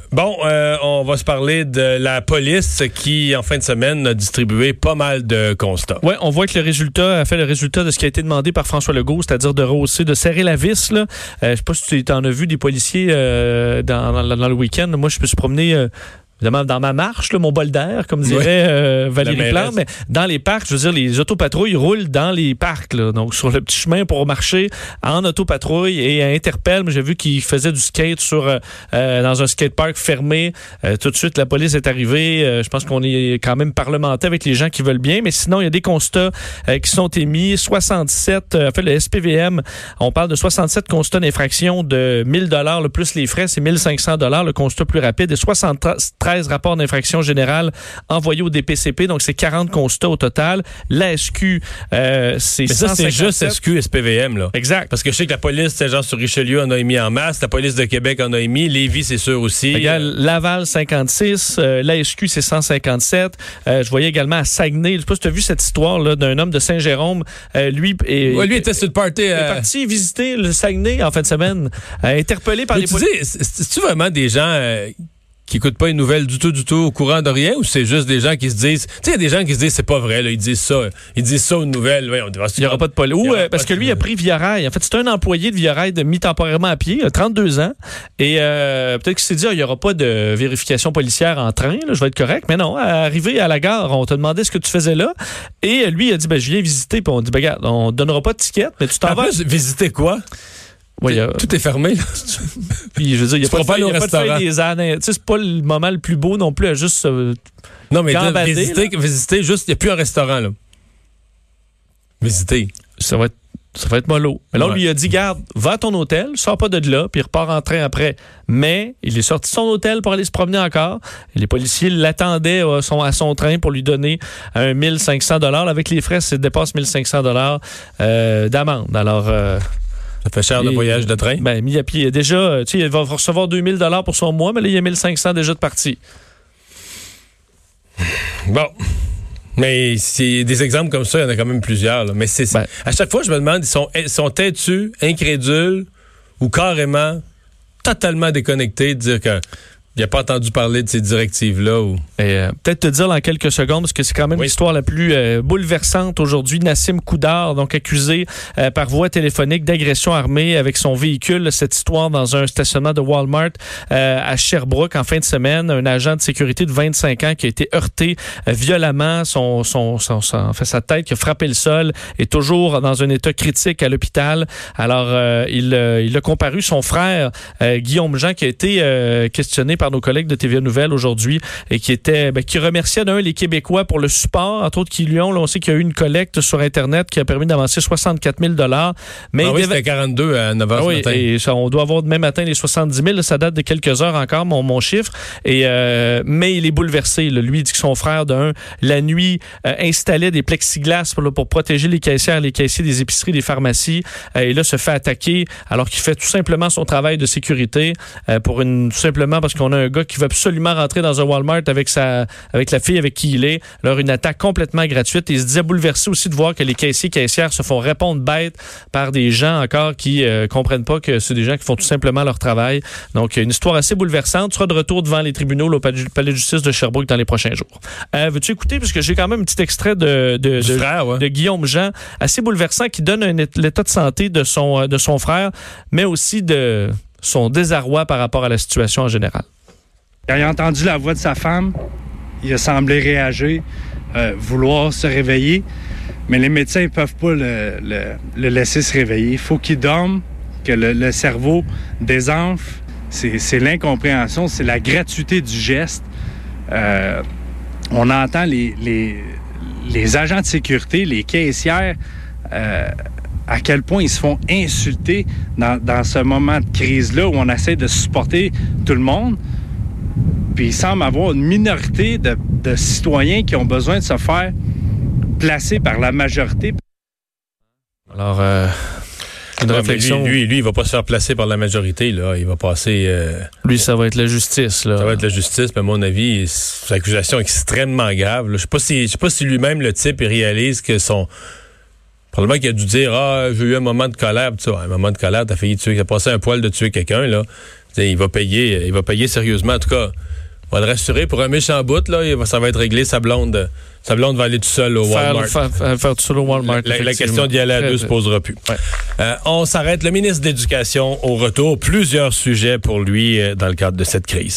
Bon, on va se parler de la police qui, en fin de semaine, a distribué pas mal de constats. Oui, on voit que le résultat a fait le résultat de ce qui a été demandé par François Legault, c'est-à-dire de rehausser, de serrer la vis. Là. Je sais pas si tu en as vu des policiers dans le week-end. Moi, je me suis promené... Évidemment, dans ma marche, là, mon bol d'air, comme dirait Valérie Plante, mais dans les parcs, je veux dire, les autopatrouilles roulent dans les parcs, là, donc sur le petit chemin pour marcher en autopatrouille et à Interpel. J'ai vu qu'ils faisaient du skate dans un skatepark fermé. Tout de suite, la police est arrivée. Je pense qu'on est quand même parlementé avec les gens qui veulent bien, mais sinon, il y a des constats qui sont émis. 67, le SPVM, on parle de 67 constats d'infraction de 1 000 $, plus les frais, c'est 1 500 $, le constat plus rapide, et 73 rapports d'infraction générale envoyés au DPCP, donc c'est 40 constats au total. La SQ, c'est 157. Mais ça, c'est juste SQ, SPVM, là. Exact. Parce que je sais que la police, Saint-Jean sur Richelieu en a émis en masse, la police de Québec en a émis, Lévis, c'est sûr aussi. Laval, 56, la SQ, c'est 157. Je voyais également à Saguenay, je sais pas si tu as vu cette histoire là d'un homme de Saint-Jérôme, lui était sur le party. Il est parti visiter le Saguenay en fin de semaine, interpellé par les policiers. C'est-tu vraiment des gens... qui écoutent pas une nouvelle du tout au courant de rien, ou c'est juste des gens qui se disent... Tu sais, il y a des gens qui se disent c'est pas vrai, là, ils disent ça aux nouvelles. Ouais, il n'y aura pas de police. Parce que lui, il a pris Via Rail. En fait, c'est un employé de Via Rail mis temporairement à pied, il a 32 ans, et peut-être qu'il s'est dit, il n'y aura pas de vérification policière en train, là, je vais être correct, mais non, arrivé à la gare, on t'a demandé ce que tu faisais là, et lui, il a dit, je viens visiter, puis on dit, regarde, on donnera pas de ticket, mais tu t'en vas... Visiter quoi? Oui, tout est fermé. Là. Puis je veux dire, il n'y a pas de feuille des années. Tu sais, c'est pas le moment le plus beau non plus à juste non, mais visiter juste, il n'y a plus un restaurant, là. Visiter. Ça va être mollo. Mais là, on lui a dit, garde, va à ton hôtel, sors pas de là, puis repars en train après. Mais il est sorti de son hôtel pour aller se promener encore. Et les policiers l'attendaient à son train pour lui donner 1 500 $. Avec les frais, ça dépasse 1 500 $ d'amende. Alors... ça fait cher le voyage de train? Ben, mis à pied. Déjà, tu sais, il va recevoir 2 000 $ pour son mois, mais là, il y a 1 500 déjà de parti. Bon. Mais c'est des exemples comme ça, il y en a quand même plusieurs. Là. Mais à chaque fois, je me demande, ils sont têtus, incrédules ou carrément totalement déconnectés de dire que il n'a pas entendu parler de ces directives-là. Peut-être te dire dans quelques secondes, parce que c'est quand même l'histoire la plus bouleversante aujourd'hui. Nassim Koudar, donc accusé par voie téléphonique d'agression armée avec son véhicule. Cette histoire dans un stationnement de Walmart à Sherbrooke en fin de semaine. Un agent de sécurité de 25 ans qui a été heurté violemment. Sa tête qui a frappé le sol est toujours dans un état critique à l'hôpital. Alors, il a comparu son frère, Guillaume Jean, qui a été questionné par nos collègues de TVA Nouvelles aujourd'hui et qui remerciait les Québécois pour le support, entre autres qui lui ont. Là, on sait qu'il y a eu une collecte sur Internet qui a permis d'avancer 64 000 $. Mais c'était 42 à 9 h ce matin. Et ça, on doit avoir demain matin les 70 000. Là, ça date de quelques heures encore, mon chiffre. Mais il est bouleversé. Là. Lui, il dit que son frère, la nuit, installait des plexiglas pour protéger les caissières, les caissiers des épiceries, des pharmacies. Et là, se fait attaquer alors qu'il fait tout simplement son travail de sécurité tout simplement parce qu'on a un gars qui veut absolument rentrer dans un Walmart avec la fille avec qui il est. Alors, une attaque complètement gratuite. Et il se disait bouleversé aussi de voir que les caissiers-caissières se font répondre bêtes par des gens encore qui comprennent pas que c'est des gens qui font tout simplement leur travail. Donc, une histoire assez bouleversante. Tu seras de retour devant les tribunaux au palais de justice de Sherbrooke dans les prochains jours. Veux-tu écouter? Parce que j'ai quand même un petit extrait de Guillaume Jean, assez bouleversant, qui donne l'état de santé de son frère, mais aussi de son désarroi par rapport à la situation en général. Quand il a entendu la voix de sa femme, il a semblé réagir, vouloir se réveiller, mais les médecins ne peuvent pas le laisser se réveiller. Il faut qu'il dorme, que le cerveau désenfle. C'est l'incompréhension, c'est la gratuité du geste. On entend les agents de sécurité, les caissières, à quel point ils se font insulter dans ce moment de crise-là où on essaie de supporter tout le monde. Puis il semble avoir une minorité de citoyens qui ont besoin de se faire placer par la majorité. Alors, une réflexion. Lui, il va pas se faire placer par la majorité, là. Il va passer... Lui, ça va être la justice, là. Ça va être la justice, mais à mon avis, c'est une accusation extrêmement grave. Là. Je sais pas si lui-même, le type, il réalise que probablement qu'il a dû dire « Ah, j'ai eu un moment de colère. » Tu sais, un moment de colère, t'as passé un poil de tuer quelqu'un, là. il va payer sérieusement. En tout cas, on va le rassurer pour un méchant bout, là, ça va être réglé. Sa blonde va aller tout seul au Walmart. Faire tout seul au Walmart. La question d'y aller à deux se posera plus. Ouais. On s'arrête. Le ministre de l'Éducation au retour. Plusieurs sujets pour lui dans le cadre de cette crise.